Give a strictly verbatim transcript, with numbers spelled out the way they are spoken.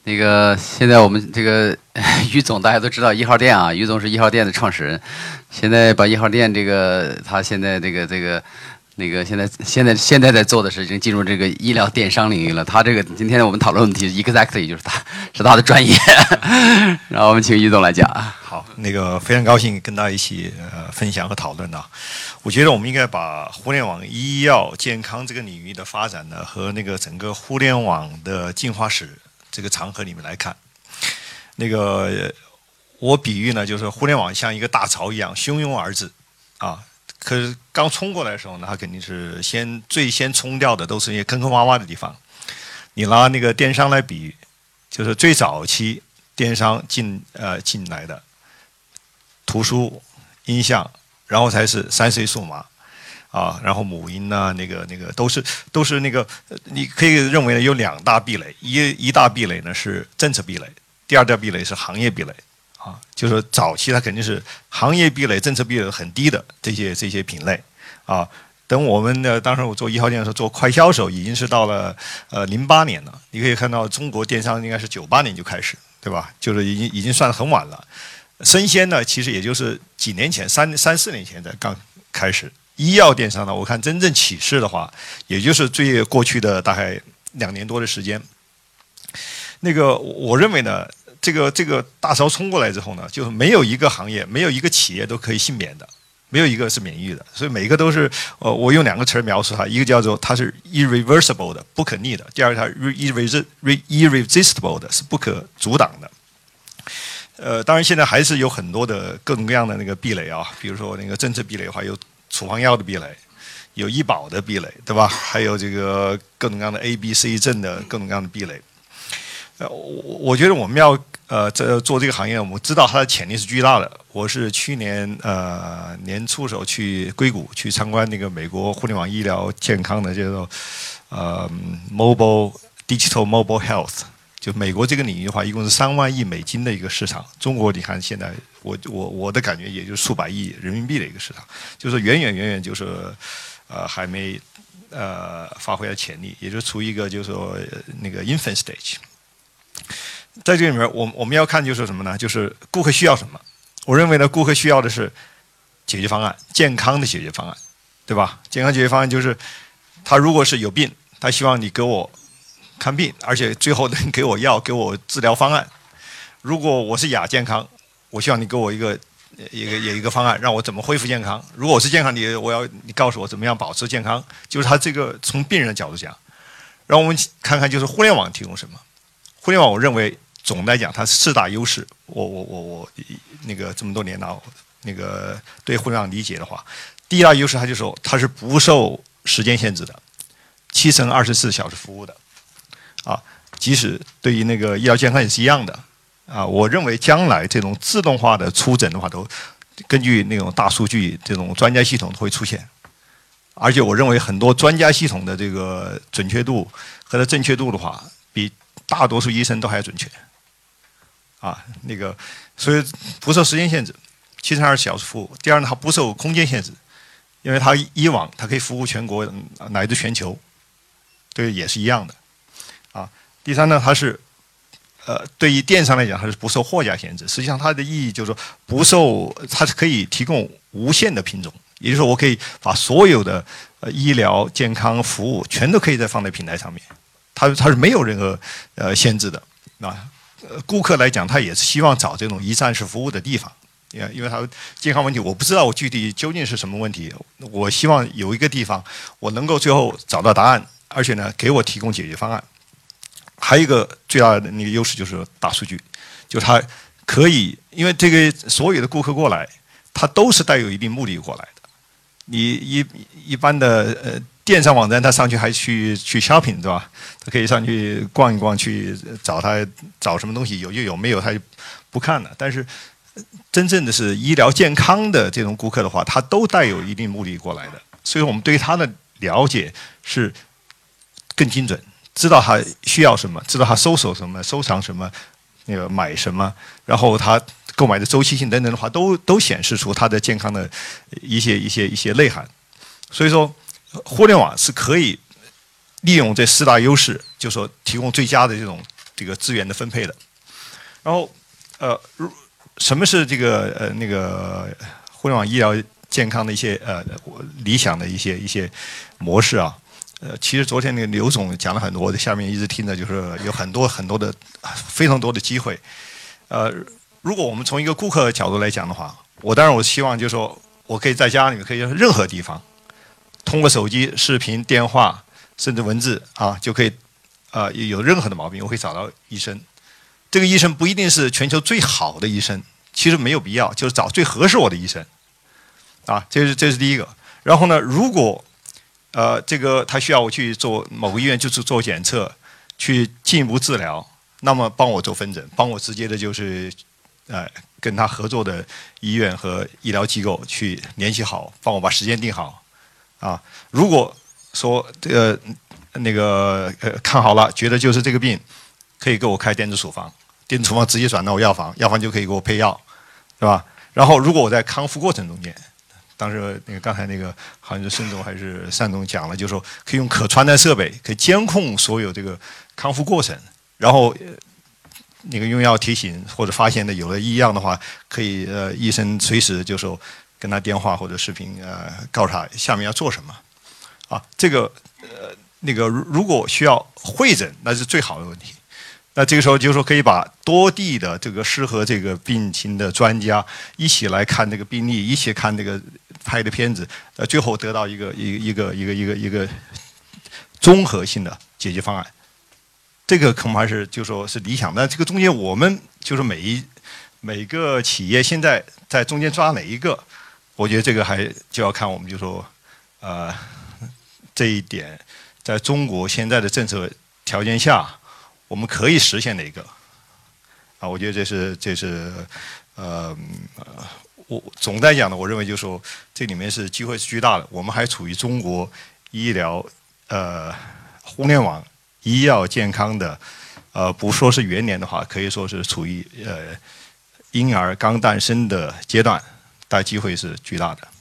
那个现在我们这个于总大家都知道一号店啊，于总是一号店的创始人，现在把一号店这个他现在这个这个那个现在现在现在在做的是已经进入这个医疗电商领域了。他这个今天我们讨论问题 exactly 就是他是他的专业，然后我们请于总来讲。 好，那个非常高兴跟大家一起呃分享和讨论啊。我觉得我们应该把互联网医药健康这个领域的发展呢，和那个整个互联网的进化史这个长河里面来看。那个我比喻呢，就是互联网像一个大潮一样汹涌而至啊。可是刚冲过来的时候呢，它肯定是先最先冲掉的都是一些坑坑洼洼的地方。你拿那个电商来比喻，就是最早期电商进呃进来的图书、音像，然后才是三 C 数码啊，然后母婴呐、那个那个都是都是那个，你可以认为呢有两大壁垒，一一大壁垒呢是政策壁垒，第二大壁垒是行业壁垒。啊，就是早期它肯定是行业壁垒、政策壁垒很低的这些这些品类，啊，等我们呢，当时我做一号店的时候做快销的时候，已经是到了呃零八年了。你可以看到中国电商应该是九八年就开始，对吧？就是已经已经算很晚了。生鲜呢，其实也就是几年前，三三四年前才刚开始。医药电商呢，我看真正起势的话，也就是最过去的大概两年多的时间。那个我认为呢。这个这个大潮冲过来之后呢，就是没有一个行业、没有一个企业都可以幸免的，没有一个是免疫的，所以每个都是呃，我用两个词儿描述它，一个叫做它是 irreversible 的，不可逆的；第二个它 irresistible 的，是不可阻挡的。呃，当然现在还是有很多的各种各样的那个壁垒啊，比如说那个政策壁垒的话，有处方药的壁垒，有医保的壁垒，对吧？还有这个各种各样的 A、B、C 证的各种各样的壁垒。呃，我我觉得我们要呃这做这个行业，我们知道它的潜力是巨大的。我是去年呃年初的时候去硅谷去参观那个美国互联网医疗健康的叫做呃 mobile digital mobile health， 就美国这个领域的话，一共是三万亿美金的一个市场。中国你看现在我我我的感觉也就是数百亿人民币的一个市场，就是远远远远就是呃还没呃发挥了潜力，也就处于一个就是说那个 infant stage。在这里面，我我们要看就是什么呢？就是顾客需要什么。我认为呢，顾客需要的是解决方案，健康的解决方案，对吧？健康解决方案就是他如果是有病，他希望你给我看病，而且最后能给我药，给我治疗方案。如果我是亚健康，我希望你给我一个一个一个方案，让我怎么恢复健康。如果我是健康，你我要你告诉我怎么样保持健康。就是他这个从病人的角度讲，让我们看看就是互联网提供什么。互联网，我认为总的来讲，它是四大优势。我我我我那个这么多年了，那个对互联网理解的话，第一大优势，它就说它是不受时间限制的，七乘二十四小时服务的，啊，即使对于那个医疗健康也是一样的，啊，我认为将来这种自动化的出诊的话，都根据那种大数据这种专家系统都会出现，而且我认为很多专家系统的这个准确度和它正确度的话，比大多数医生都还要准确，啊，那个，所以不受时间限制，七乘二十小时服务。第二呢，它不受空间限制，因为它以往它可以服务全国乃至全球，对，也是一样的，啊。第三呢，它是，呃，对于电商来讲，它是不受货架限制。实际上，它的意义就是说，不受，它是可以提供无限的品种，也就是说，我可以把所有的呃医疗健康服务全都可以再放在平台上面。它它是没有任何呃限制的啊，呃，顾客来讲，他也是希望找这种一站式服务的地方，因为因为他健康问题，我不知道我具体究竟是什么问题，我希望有一个地方我能够最后找到答案，而且呢给我提供解决方案。还有一个最大的那个优势就是大数据，就是它可以，因为这个所有的顾客过来，他都是带有一定目的过来的。你一一般的呃。电商网站，他上去还去去 shopping 对吧？他可以上去逛一逛，去找他找什么东西，有就有，没有他就不看了。但是真正的是医疗健康的这种顾客的话，他都带有一定目的过来的，所以我们对他的了解是更精准，知道他需要什么，知道他搜索什么，收藏什么，那个买什么，然后他购买的周期性等等的话，都都显示出他的健康的一些一些一些内涵。所以说。互联网是可以利用这四大优势，就是说提供最佳的这种这个资源的分配的。然后呃，什么是这个呃那个互联网医疗健康的一些呃理想的一些一些模式啊？呃，其实昨天那个刘总讲了很多，我在下面一直听着，就是有很多很多的非常多的机会。呃，如果我们从一个顾客角度来讲的话，我当然我希望就是说我可以在家里面可以任何地方，通过手机、视频、电话，甚至文字啊，就可以啊、呃、有任何的毛病，我可以找到医生。这个医生不一定是全球最好的医生，其实没有必要，就是找最合适我的医生。啊，这是这是第一个。然后呢，如果呃，这个他需要我去做某个医院就是做检测，去进一步治疗，那么帮我做分诊，帮我直接的就是呃跟他合作的医院和医疗机构去联系好，帮我把时间定好啊。如果说这个那个呃看好了，觉得就是这个病，可以给我开电子处方，电子处方直接转到我药房，药房就可以给我配药，是吧？然后如果我在康复过程中间，当时那个刚才那个好像是孙总还是单总讲了，就是说可以用可穿戴设备，可以监控所有这个康复过程，然后那个用药提醒或者发现的有了异样的话，可以呃医生随时就说跟他电话或者视频呃告诉他下面要做什么啊。这个呃那个如果需要会诊，那是最好的问题。那这个时候就是说可以把多地的这个适合这个病情的专家一起来看这个病例，一起看这个拍的片子，呃，最后得到一个一一个一个一个一个综合性的解决方案。这个恐怕是就说是理想，但这个中间我们就是每一每个企业现在在中间抓哪一个，我觉得这个还就要看我们就说呃这一点，在中国现在的政策条件下，我们可以实现哪个啊？我觉得这是这是呃我总的来讲呢，我认为就是说这里面是机会是巨大的。我们还处于中国医疗呃互联网医药健康的呃不说是元年的话，可以说是处于呃婴儿刚诞生的阶段，但机会是巨大的。